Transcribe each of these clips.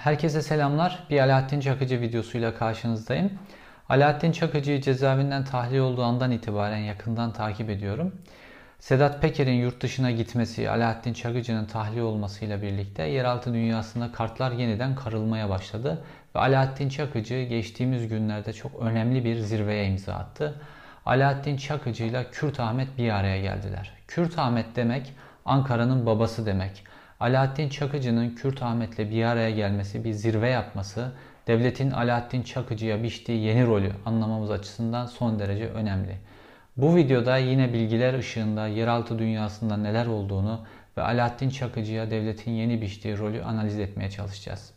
Herkese selamlar. Bir Alaaddin Çakıcı videosuyla karşınızdayım. Alaaddin Çakıcı'yı cezaevinden tahliye olduğu andan itibaren yakından takip ediyorum. Sedat Peker'in yurt dışına gitmesi, Alaaddin Çakıcı'nın tahliye olmasıyla birlikte yeraltı dünyasında kartlar yeniden karılmaya başladı. Ve Alaaddin Çakıcı geçtiğimiz günlerde çok önemli bir zirveye imza attı. Alaaddin Çakıcı ile Kürt Ahmet bir araya geldiler. Kürt Ahmet demek Ankara'nın babası demek. Alaaddin Çakıcı'nın Kürt Ahmet'le bir araya gelmesi, bir zirve yapması, devletin Alaaddin Çakıcı'ya biçtiği yeni rolü anlamamız açısından son derece önemli. Bu videoda yine bilgiler ışığında yeraltı dünyasında neler olduğunu ve Alaaddin Çakıcı'ya devletin yeni biçtiği rolü analiz etmeye çalışacağız.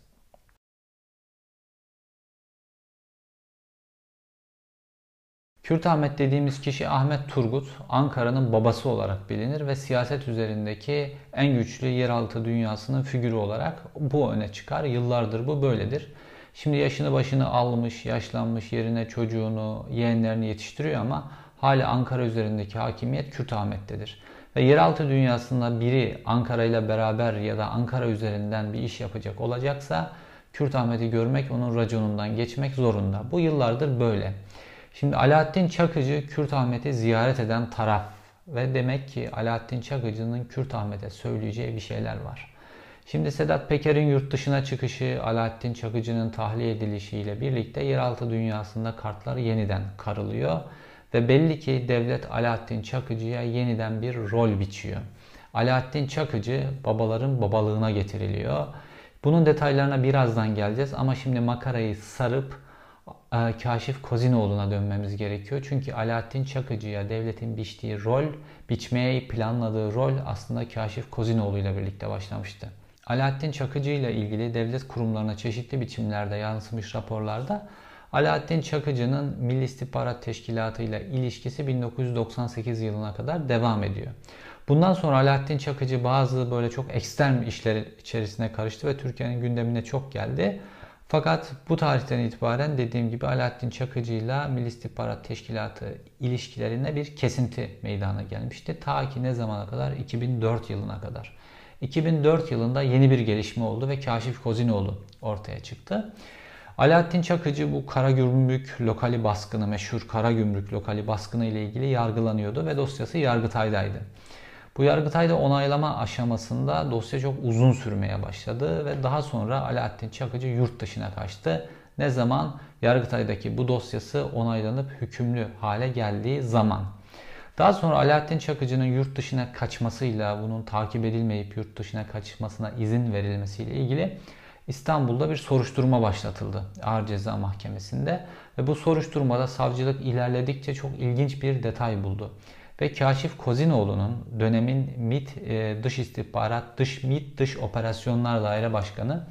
Kürt Ahmet dediğimiz kişi Ahmet Turgut, Ankara'nın babası olarak bilinir ve siyaset üzerindeki en güçlü yeraltı dünyasının figürü olarak bu öne çıkar. Yıllardır bu böyledir. Şimdi yaşını başını almış, yaşlanmış, yerine çocuğunu, yeğenlerini yetiştiriyor ama hala Ankara üzerindeki hakimiyet Kürt Ahmet'tedir. Ve yeraltı dünyasında biri Ankara ile beraber ya da Ankara üzerinden bir iş yapacak olacaksa Kürt Ahmet'i görmek onun raconundan geçmek zorunda. Bu yıllardır böyle. Şimdi Alaaddin Çakıcı Kürt Ahmet'i ziyaret eden taraf ve demek ki Alaaddin Çakıcı'nın Kürt Ahmet'e söyleyeceği bir şeyler var. Şimdi Sedat Peker'in yurt dışına çıkışı, Alaaddin Çakıcı'nın tahliye edilişiyle birlikte yeraltı dünyasında kartlar yeniden karılıyor ve belli ki devlet Alaaddin Çakıcı'ya yeniden bir rol biçiyor. Alaaddin Çakıcı babaların babalığına getiriliyor. Bunun detaylarına birazdan geleceğiz ama şimdi makarayı sarıp Kaşif Kozinoğlu'na dönmemiz gerekiyor. Çünkü Alaaddin Çakıcı'ya devletin biçtiği rol, biçmeye planladığı rol aslında Kaşif Kozinoğlu ile birlikte başlamıştı. Alaaddin Çakıcı ile ilgili devlet kurumlarına çeşitli biçimlerde yansımış raporlarda Alaaddin Çakıcı'nın Milli İstihbarat Teşkilatı ile ilişkisi 1998 yılına kadar devam ediyor. Bundan sonra Alaaddin Çakıcı bazı böyle çok ekstrem işler içerisine karıştı ve Türkiye'nin gündemine çok geldi. Fakat bu tarihten itibaren dediğim gibi Alaaddin Çakıcı ile Milli İstihbarat Teşkilatı ilişkilerinde bir kesinti meydana gelmişti. Ta ki ne zamana kadar? 2004 yılına kadar. 2004 yılında yeni bir gelişme oldu ve Kaşif Kozinoğlu ortaya çıktı. Alaaddin Çakıcı bu Karagümrük lokali baskını, meşhur Karagümrük lokali baskını ile ilgili yargılanıyordu ve dosyası Yargıtay'daydı. Bu Yargıtay'da onaylama aşamasında dosya çok uzun sürmeye başladı ve daha sonra Alaaddin Çakıcı yurt dışına kaçtı. Ne zaman? Yargıtay'daki bu dosyası onaylanıp hükümlü hale geldiği zaman. Daha sonra Alaaddin Çakıcı'nın yurt dışına kaçmasıyla, bunun takip edilmeyip yurt dışına kaçmasına izin verilmesiyle ilgili İstanbul'da bir soruşturma başlatıldı Ağır Ceza Mahkemesi'nde. Ve bu soruşturmada savcılık ilerledikçe çok ilginç bir detay buldu. Ve Kaşif Kozinoğlu'nun dönemin MİT Dış İstihbarat, Dış Operasyonlar Daire Başkanı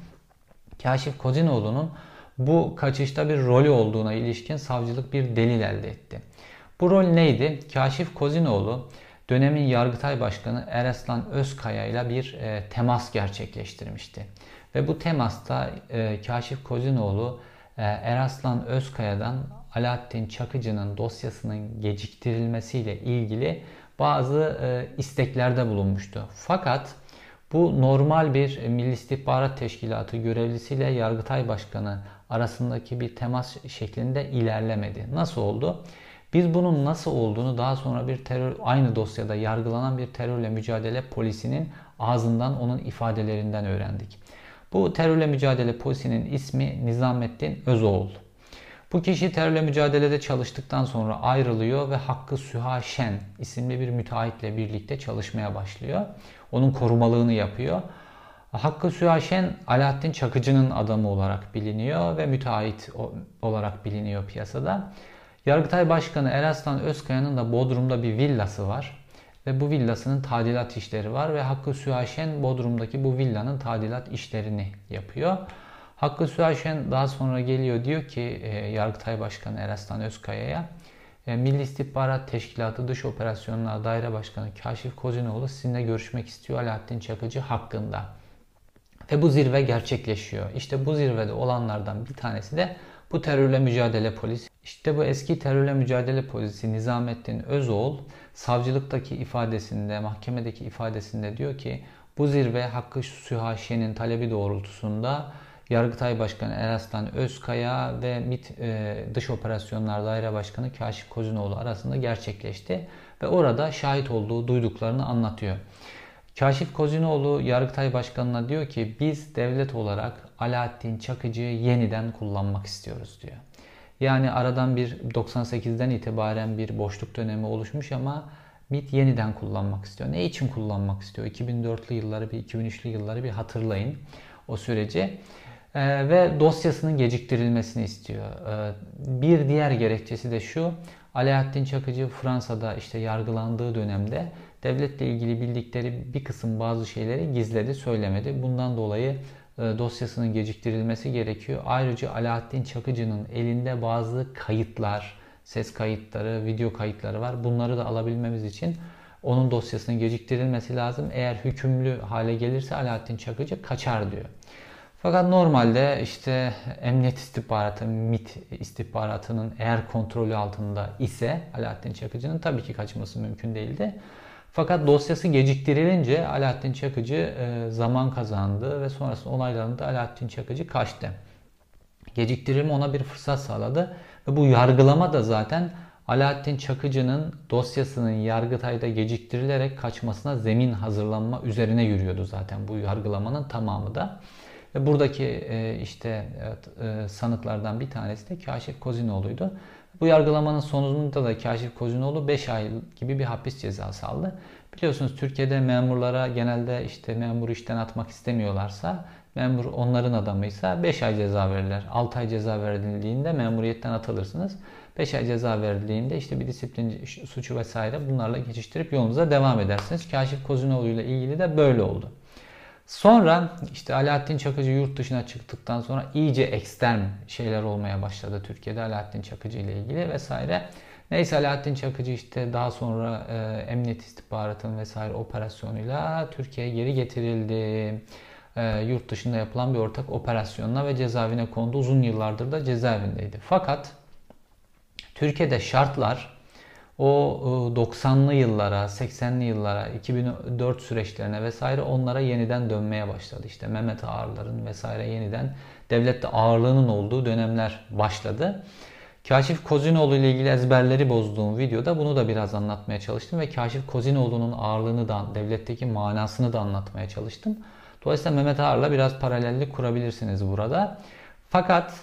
Kaşif Kozinoğlu'nun bu kaçışta bir rolü olduğuna ilişkin savcılık bir delil elde etti. Bu rol neydi? Kaşif Kozinoğlu dönemin Yargıtay Başkanı Eraslan Özkaya ile bir temas gerçekleştirmişti. Ve bu temasta Kaşif Kozinoğlu Eraslan Özkaya'dan Alaaddin Çakıcı'nın dosyasının geciktirilmesiyle ilgili bazı isteklerde bulunmuştu. Fakat bu normal bir Milli İstihbarat Teşkilatı görevlisiyle Yargıtay Başkanı arasındaki bir temas şeklinde ilerlemedi. Nasıl oldu? Biz bunun nasıl olduğunu daha sonra aynı dosyada yargılanan bir terörle mücadele polisinin ağzından, onun ifadelerinden öğrendik. Bu terörle mücadele polisinin ismi Nizamettin Özoğul. Bu kişi terörle mücadelede çalıştıktan sonra ayrılıyor ve Hakkı Süha Şen isimli bir müteahhitle birlikte çalışmaya başlıyor. Onun korumalığını yapıyor. Hakkı Süha Şen Alaaddin Çakıcı'nın adamı olarak biliniyor ve müteahhit olarak biliniyor piyasada. Yargıtay Başkanı Eraslan Özkaya'nın da Bodrum'da bir villası var. Ve bu villasının tadilat işleri var ve Hakkı Süha Şen Bodrum'daki bu villanın tadilat işlerini yapıyor. Hakkı Süha Şen daha sonra geliyor, diyor ki Yargıtay Başkanı Eraslan Özkaya'ya, Milli İstihbarat Teşkilatı Dış Operasyonlar Daire Başkanı Kaşif Kozinoğlu sizinle görüşmek istiyor Alaaddin Çakıcı hakkında. Ve bu zirve gerçekleşiyor. İşte bu zirvede olanlardan bir tanesi de bu terörle mücadele polisi. İşte bu eski terörle mücadele polisi Nizamettin Özoğul savcılıktaki ifadesinde, mahkemedeki ifadesinde diyor ki bu zirve Hakkı Süha Şen'in talebi doğrultusunda Yargıtay Başkanı Eraslan Özkaya ve MİT Dış Operasyonlar Daire Başkanı Kaşif Kozinoğlu arasında gerçekleşti. Ve orada şahit olduğu, duyduklarını anlatıyor. Kaşif Kozinoğlu Yargıtay Başkanı'na diyor ki biz devlet olarak Alaaddin Çakıcı'yı yeniden kullanmak istiyoruz diyor. Yani aradan bir 98'den itibaren bir boşluk dönemi oluşmuş ama MİT yeniden kullanmak istiyor. Ne için kullanmak istiyor? 2004'lü yılları, 2003'lü yılları bir hatırlayın o süreci. Ve dosyasının geciktirilmesini istiyor. Bir diğer gerekçesi de şu. Alaaddin Çakıcı Fransa'da işte yargılandığı dönemde devletle ilgili bildikleri bir kısım bazı şeyleri gizledi, söylemedi. Bundan dolayı dosyasının geciktirilmesi gerekiyor. Ayrıca Alaaddin Çakıcı'nın elinde bazı kayıtlar, ses kayıtları, video kayıtları var. Bunları da alabilmemiz için onun dosyasının geciktirilmesi lazım. Eğer hükümlü hale gelirse Alaaddin Çakıcı kaçar diyor. Fakat normalde işte Emniyet İstihbaratı, MİT istihbaratının eğer kontrolü altında ise Alaaddin Çakıcı'nın tabii ki kaçması mümkün değildi. Fakat dosyası geciktirilince Alaaddin Çakıcı zaman kazandı ve sonrasında onaylandı. Alaaddin Çakıcı kaçtı. Geciktirilme ona bir fırsat sağladı ve bu yargılama da zaten Alaaddin Çakıcı'nın dosyasının Yargıtay'da geciktirilerek kaçmasına zemin hazırlanma üzerine yürüyordu zaten bu yargılamanın tamamı da. Ve buradaki sanıklardan bir tanesi de Kaşif Kozinoğlu'ydu. Bu yargılamanın sonunda da Kaşif Kozinoğlu 5 ay gibi bir hapis cezası aldı. Biliyorsunuz Türkiye'de memurlara genelde işte memuru işten atmak istemiyorlarsa, memur onların adamıysa 5 ay ceza verirler. 6 ay ceza verildiğinde memuriyetten atılırsınız. 5 ay ceza verildiğinde işte bir disiplin suçu vesaire bunlarla geçiştirip yolunuza devam edersiniz. Kaşif Kozinoğlu ile ilgili de böyle oldu. Sonra işte Alaaddin Çakıcı yurt dışına çıktıktan sonra iyice ekstrem şeyler olmaya başladı Türkiye'de Alaaddin Çakıcı ile ilgili vesaire. Neyse Alaaddin Çakıcı işte daha sonra Emniyet İstihbaratı'nın vesaire operasyonuyla Türkiye'ye geri getirildi. Yurt dışında yapılan bir ortak operasyonla ve cezaevine kondu. Uzun yıllardır da cezaevindeydi. Fakat Türkiye'de şartlar o 90'lı yıllara, 80'li yıllara, 2004 süreçlerine vesaire onlara yeniden dönmeye başladı. İşte Mehmet Ağar'ların vesaire yeniden devlette ağırlığının olduğu dönemler başladı. Kaşif Kozinoğlu ile ilgili ezberleri bozduğum videoda bunu da biraz anlatmaya çalıştım ve Kaşif Kozinoğlu'nun ağırlığını da, devletteki manasını da anlatmaya çalıştım. Dolayısıyla Mehmet Ağar'la biraz paralellik kurabilirsiniz burada. Fakat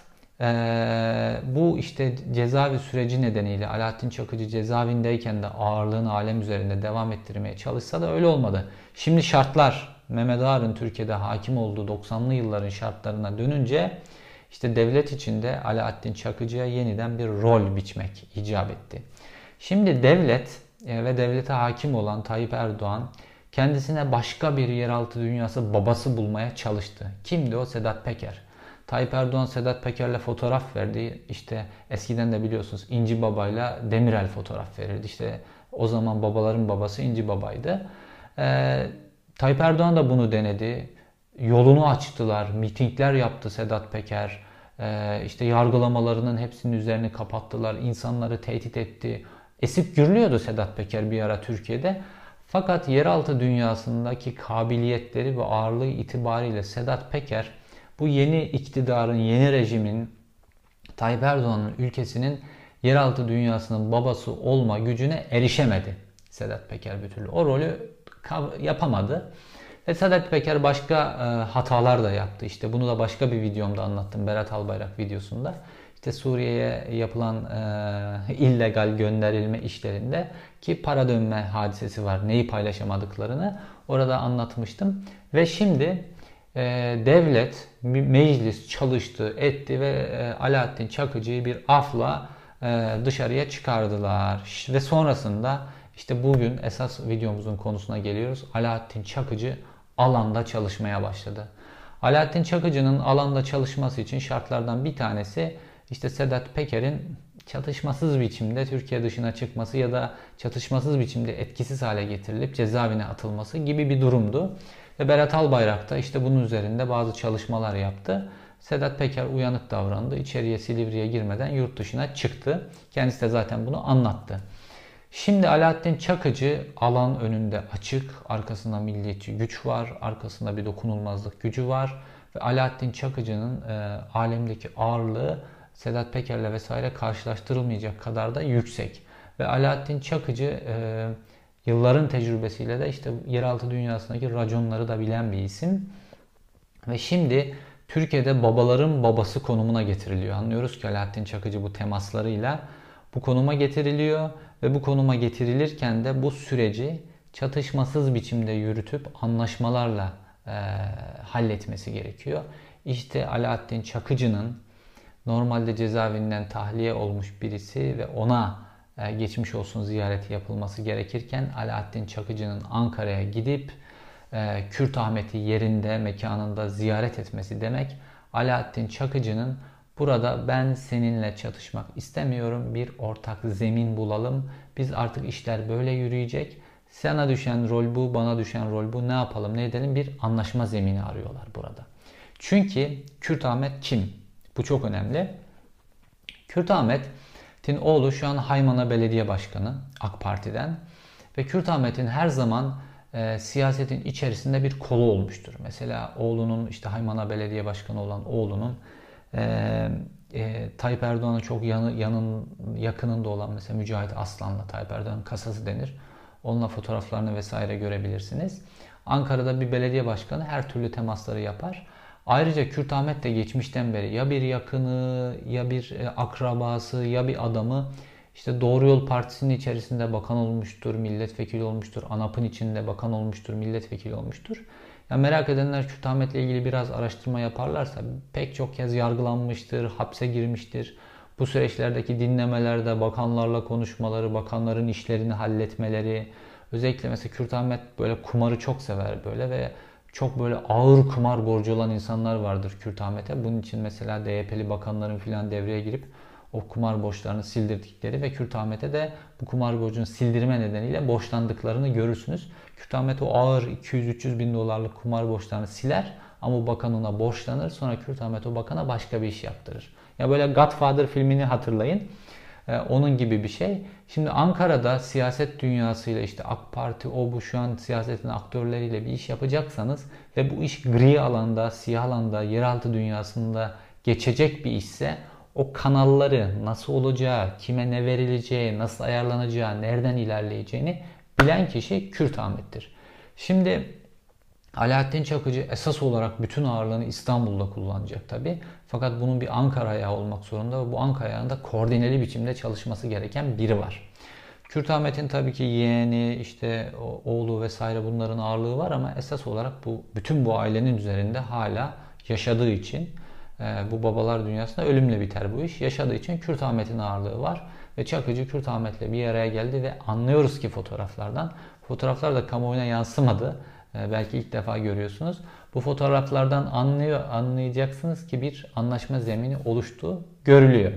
bu işte cezaevi süreci nedeniyle Alaaddin Çakıcı cezaevindeyken de ağırlığını alem üzerinde devam ettirmeye çalışsa da öyle olmadı. Şimdi şartlar Mehmet Ağar'ın Türkiye'de hakim olduğu 90'lı yılların şartlarına dönünce işte devlet içinde Alaaddin Çakıcı'ya yeniden bir rol biçmek icap etti. Şimdi devlet ve devlete hakim olan Tayyip Erdoğan kendisine başka bir yeraltı dünyası babası bulmaya çalıştı. Kimdi o? Sedat Peker. Tayyip Erdoğan Sedat Peker'le fotoğraf verdi. İşte eskiden de biliyorsunuz İnci Baba'yla Demirel fotoğraf verirdi. İşte o zaman babaların babası İnci Baba'ydı. Tayyip Erdoğan da bunu denedi. Yolunu açtılar. Mitingler yaptı Sedat Peker. İşte yargılamalarının hepsinin üzerini kapattılar. İnsanları tehdit etti. Esip gürlüyordu Sedat Peker bir ara Türkiye'de. Fakat yeraltı dünyasındaki kabiliyetleri ve ağırlığı itibariyle Sedat Peker bu yeni iktidarın, yeni rejimin, Tayyip Erdoğan'ın ülkesinin yeraltı dünyasının babası olma gücüne erişemedi Sedat Peker bir türlü. O rolü yapamadı. Ve Sedat Peker başka hatalar da yaptı. İşte bunu da başka bir videomda anlattım. Berat Albayrak videosunda. İşte Suriye'ye yapılan illegal gönderilme işlerinde ki para dönme hadisesi var. Neyi paylaşamadıklarını orada anlatmıştım. Ve şimdi devlet, meclis çalıştı, etti ve Alaaddin Çakıcı'yı bir afla dışarıya çıkardılar. Ve sonrasında işte bugün esas videomuzun konusuna geliyoruz. Alaaddin Çakıcı alanda çalışmaya başladı. Alaaddin Çakıcı'nın alanda çalışması için şartlardan bir tanesi işte Sedat Peker'in çatışmasız biçimde Türkiye dışına çıkması ya da çatışmasız biçimde etkisiz hale getirilip cezaevine atılması gibi bir durumdu. Ve Berat Albayrak da işte bunun üzerinde bazı çalışmalar yaptı. Sedat Peker uyanık davrandı. İçeriye Silivri'ye girmeden yurt dışına çıktı. Kendisi de zaten bunu anlattı. Şimdi Alaaddin Çakıcı alan önünde açık. Arkasında milliyetçi güç var. Arkasında bir dokunulmazlık gücü var. Ve Alaaddin Çakıcı'nın alemdeki ağırlığı Sedat Peker'le vesaire karşılaştırılmayacak kadar da yüksek. Ve Alaaddin Çakıcı yılların tecrübesiyle de işte yeraltı dünyasındaki raconları da bilen bir isim. Ve şimdi Türkiye'de babaların babası konumuna getiriliyor. Anlıyoruz ki Alaaddin Çakıcı bu temaslarıyla bu konuma getiriliyor ve bu konuma getirilirken de bu süreci çatışmasız biçimde yürütüp anlaşmalarla halletmesi gerekiyor. İşte Alaaddin Çakıcı'nın normalde cezaevinden tahliye olmuş birisi ve ona geçmiş olsun ziyareti yapılması gerekirken Alaaddin Çakıcı'nın Ankara'ya gidip Kürt Ahmet'i yerinde, mekanında ziyaret etmesi demek. Alaaddin Çakıcı'nın burada ben seninle çatışmak istemiyorum, bir ortak zemin bulalım. Biz artık işler böyle yürüyecek. Sana düşen rol bu, bana düşen rol bu. Ne yapalım, ne edelim? Bir anlaşma zemini arıyorlar burada. Çünkü Kürt Ahmet kim? Bu çok önemli. Kürt Ahmet'in oğlu şu an Haymana Belediye Başkanı AK Parti'den. Ve Kürt Ahmet'in her zaman siyasetin içerisinde bir kolu olmuştur. Mesela oğlunun işte Haymana Belediye Başkanı olan oğlunun Tayyip Erdoğan'ın çok yakınında olan mesela Mücahit Aslan'la Tayyip Erdoğan'ın kasası denir. Onunla fotoğraflarını vesaire görebilirsiniz. Ankara'da bir belediye başkanı her türlü temasları yapar. Ayrıca Kürt Ahmet de geçmişten beri ya bir yakını, ya bir akrabası, ya bir adamı işte Doğru Yol Partisi'nin içerisinde bakan olmuştur, milletvekili olmuştur, ANAP'ın içinde bakan olmuştur, milletvekili olmuştur. Ya merak edenler Kürt Ahmet'le ilgili biraz araştırma yaparlarsa pek çok kez yargılanmıştır, hapse girmiştir. Bu süreçlerdeki dinlemelerde bakanlarla konuşmaları, bakanların işlerini halletmeleri, özellikle mesela Kürt Ahmet böyle kumarı çok sever böyle ve çok böyle ağır kumar borcu olan insanlar vardır Kürt Ahmet'e. Bunun için mesela DYP'li bakanların filan devreye girip o kumar borçlarını sildirdikleri ve Kürt Ahmet'e de bu kumar borcunu sildirme nedeniyle borçlandıklarını görürsünüz. Kürt Ahmet o ağır 200-300 bin dolarlık kumar borçlarını siler ama o bakan ona borçlanır. Sonra Kürt Ahmet o bakana başka bir iş yaptırır. Ya böyle Godfather filmini hatırlayın. Onun gibi bir şey. Şimdi Ankara'da siyaset dünyasıyla işte AK Parti o bu şu an siyasetin aktörleriyle bir iş yapacaksanız ve bu iş gri alanda, siyah alanda, yeraltı dünyasında geçecek bir işse o kanalları nasıl olacağı, kime ne verileceği, nasıl ayarlanacağı, nereden ilerleyeceğini bilen kişi Kürt Ahmet'tir. Şimdi Alaaddin Çakıcı esas olarak bütün ağırlığını İstanbul'da kullanacak tabi. Fakat bunun bir Ankara ayağı olmak zorunda ve bu Ankara ayağında koordineli biçimde çalışması gereken biri var. Kürt Ahmet'in tabii ki yeğeni, işte oğlu vesaire bunların ağırlığı var ama esas olarak bütün bu ailenin üzerinde hala yaşadığı için bu babalar dünyasında ölümle biter bu iş. Yaşadığı için Kürt Ahmet'in ağırlığı var ve Çakıcı Kürt Ahmet'le bir araya geldi ve anlıyoruz ki fotoğraflar da kamuoyuna yansımadı. Belki ilk defa görüyorsunuz. Bu fotoğraflardan anlayacaksınız ki bir anlaşma zemini oluştuğu görülüyor.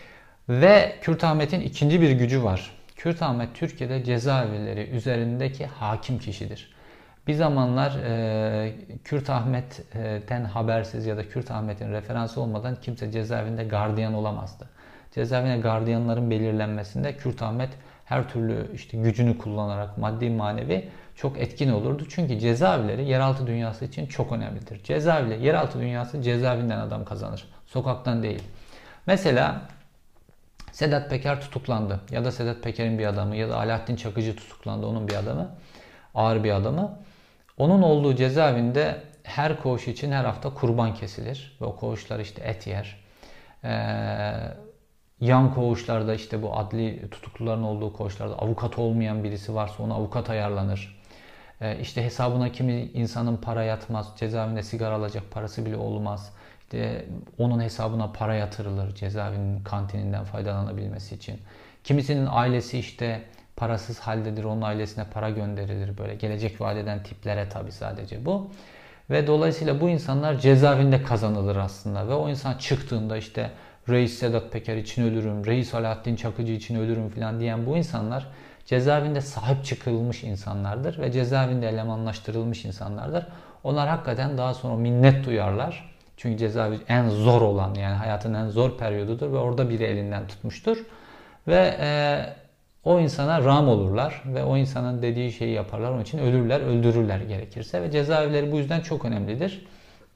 Ve Kürt Ahmet'in ikinci bir gücü var. Kürt Ahmet Türkiye'de cezaevleri üzerindeki hakim kişidir. Bir zamanlar Kürt Ahmet'ten habersiz ya da Kürt Ahmet'in referansı olmadan kimse cezaevinde gardiyan olamazdı. Cezaevine gardiyanların belirlenmesinde Kürt Ahmet her türlü işte gücünü kullanarak maddi manevi çok etkin olurdu. Çünkü cezaevleri yeraltı dünyası için çok önemlidir. Cezaevi, yeraltı dünyası cezaevinden adam kazanır. Sokaktan değil. Mesela Sedat Peker tutuklandı. Ya da Sedat Peker'in bir adamı ya da Alaaddin Çakıcı tutuklandı. Onun bir adamı. Ağır bir adamı. Onun olduğu cezaevinde her koğuş için her hafta kurban kesilir. Ve o koğuşlar işte et yer. Yan koğuşlarda işte bu adli tutukluların olduğu koğuşlarda avukat olmayan birisi varsa ona avukat ayarlanır. İşte hesabına kimi insanın para yatmaz. Cezaevinde sigara alacak parası bile olmaz. İşte onun hesabına para yatırılır cezaevinin kantininden faydalanabilmesi için. Kimisinin ailesi işte parasız haldedir. Onun ailesine para gönderilir. Böyle gelecek vadeden tiplere tabii sadece bu. Ve dolayısıyla bu insanlar cezaevinde kazanılır aslında. Ve o insan çıktığında işte Reis Sedat Peker için ölürüm, Reis Alaaddin Çakıcı için ölürüm falan diyen bu insanlar cezaevinde sahip çıkılmış insanlardır ve cezaevinde elemanlaştırılmış insanlardır. Onlar hakikaten daha sonra minnet duyarlar. Çünkü cezaevi en zor olan yani hayatın en zor periyodudur ve orada biri elinden tutmuştur. Ve o insana ram olurlar ve o insanın dediği şeyi yaparlar. Onun için ölürler, öldürürler gerekirse ve cezaevleri bu yüzden çok önemlidir.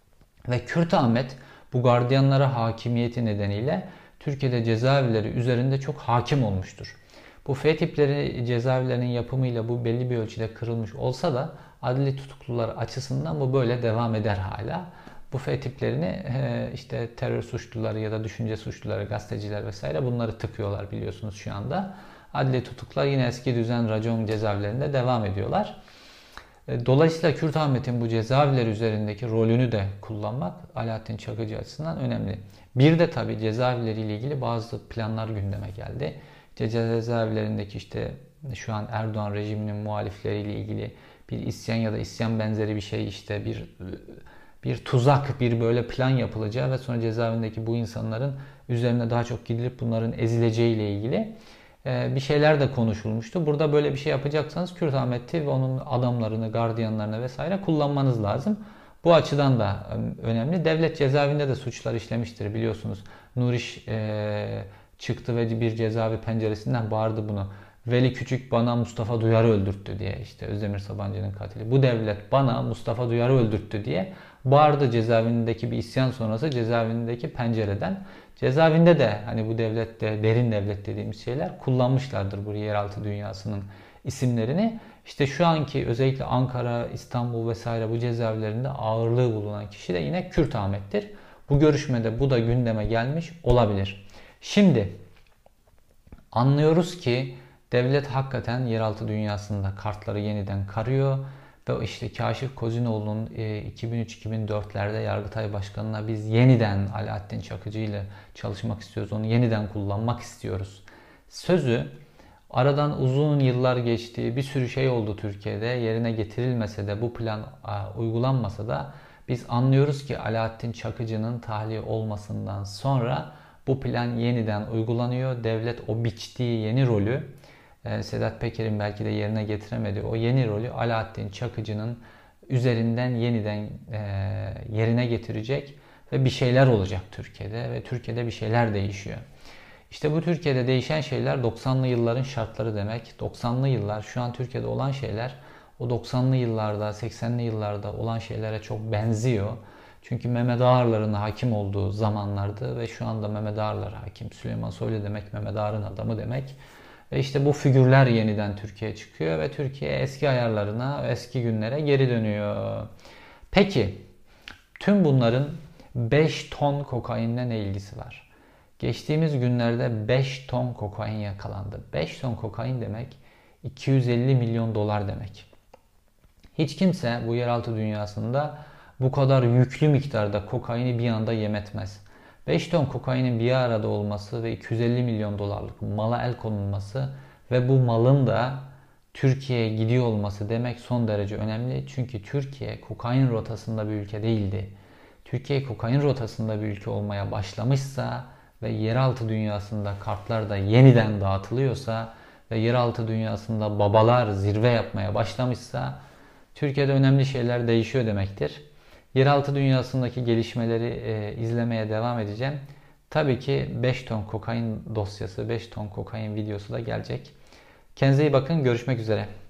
Ve Kürt Ahmet bu gardiyanlara hakimiyeti nedeniyle Türkiye'de cezaevleri üzerinde çok hakim olmuştur. Bu F tipleri cezaevlerinin yapımıyla bu belli bir ölçüde kırılmış olsa da adli tutuklular açısından bu böyle devam eder hala. Bu F tiplerini işte terör suçluları ya da düşünce suçluları, gazeteciler vesaire bunları tıkıyorlar biliyorsunuz şu anda. Adli tutuklar yine eski düzen racon cezaevlerinde devam ediyorlar. Dolayısıyla Kürt Ahmet'in bu cezaevleri üzerindeki rolünü de kullanmak Alaaddin Çakıcı açısından önemli. Bir de tabii cezaevleriyle ilgili bazı planlar gündeme geldi. Cezaevlerindeki işte şu an Erdoğan rejiminin muhalifleriyle ilgili bir isyan ya da isyan benzeri bir şey işte bir tuzak, bir böyle plan yapılacağı ve sonra cezaevindeki bu insanların üzerine daha çok gidilip bunların ezileceğiyle ilgili bir şeyler de konuşulmuştu. Burada böyle bir şey yapacaksanız Kürt Ahmet'i ve onun adamlarını, gardiyanlarını vesaire kullanmanız lazım. Bu açıdan da önemli. Devlet cezaevinde de suçlar işlemiştir biliyorsunuz. Nuriş çıktı ve bir cezaevi penceresinden bağırdı bunu. Veli Küçük bana Mustafa Duyar'ı öldürttü diye, işte Özdemir Sabancı'nın katili. Bu devlet bana Mustafa Duyar'ı öldürttü diye bağırdı cezaevindeki bir isyan sonrası cezaevindeki pencereden. Cezaevinde de hani bu devlette derin devlet dediğimiz şeyler kullanmışlardır bu yeraltı dünyasının isimlerini. İşte şu anki özellikle Ankara, İstanbul vesaire bu cezaevlerinde ağırlığı bulunan kişi de yine Kürt Ahmet'tir. Bu görüşmede bu da gündeme gelmiş olabilir. Şimdi anlıyoruz ki devlet hakikaten yeraltı dünyasında kartları yeniden karıyor. Ve işte Kaşif Kozinoğlu'nun 2003-2004'lerde Yargıtay Başkanı'na biz yeniden Alaaddin Çakıcı ile çalışmak istiyoruz, onu yeniden kullanmak istiyoruz sözü aradan uzun yıllar geçti, bir sürü şey oldu Türkiye'de, yerine getirilmese de bu plan uygulanmasa da biz anlıyoruz ki Alaaddin Çakıcı'nın tahliye olmasından sonra bu plan yeniden uygulanıyor. Devlet o biçtiği yeni rolü Sedat Peker'in belki de yerine getiremediği o yeni rolü Alaaddin Çakıcı'nın üzerinden yeniden yerine getirecek ve bir şeyler olacak Türkiye'de ve Türkiye'de bir şeyler değişiyor. İşte bu Türkiye'de değişen şeyler 90'lı yılların şartları demek. 90'lı yıllar şu an Türkiye'de olan şeyler o 90'lı yıllarda 80'li yıllarda olan şeylere çok benziyor. Çünkü Mehmet Ağar'ların hakim olduğu zamanlardı ve şu anda Mehmet Ağar'lar hakim. Süleyman Soylu demek Mehmet Ağar'ın adamı demek. Ve işte bu figürler yeniden Türkiye'ye çıkıyor ve Türkiye eski ayarlarına, eski günlere geri dönüyor. Peki, tüm bunların 5 ton kokainle ne ilgisi var? Geçtiğimiz günlerde 5 ton kokain yakalandı. 5 ton kokain demek 250 milyon dolar demek. Hiç kimse bu yeraltı dünyasında bu kadar yüklü miktarda kokaini bir anda yem etmez. 5 ton kokainin bir arada olması ve 250 milyon dolarlık mala el konulması ve bu malın da Türkiye'ye gidiyor olması demek son derece önemli. Çünkü Türkiye kokain rotasında bir ülke değildi. Türkiye kokain rotasında bir ülke olmaya başlamışsa ve yeraltı dünyasında kartlar da yeniden dağıtılıyorsa ve yeraltı dünyasında babalar zirve yapmaya başlamışsa Türkiye'de önemli şeyler değişiyor demektir. Yeraltı dünyasındaki gelişmeleri izlemeye devam edeceğim. Tabii ki 5 ton kokain dosyası, 5 ton kokain videosu da gelecek. Kendinize iyi bakın. Görüşmek üzere.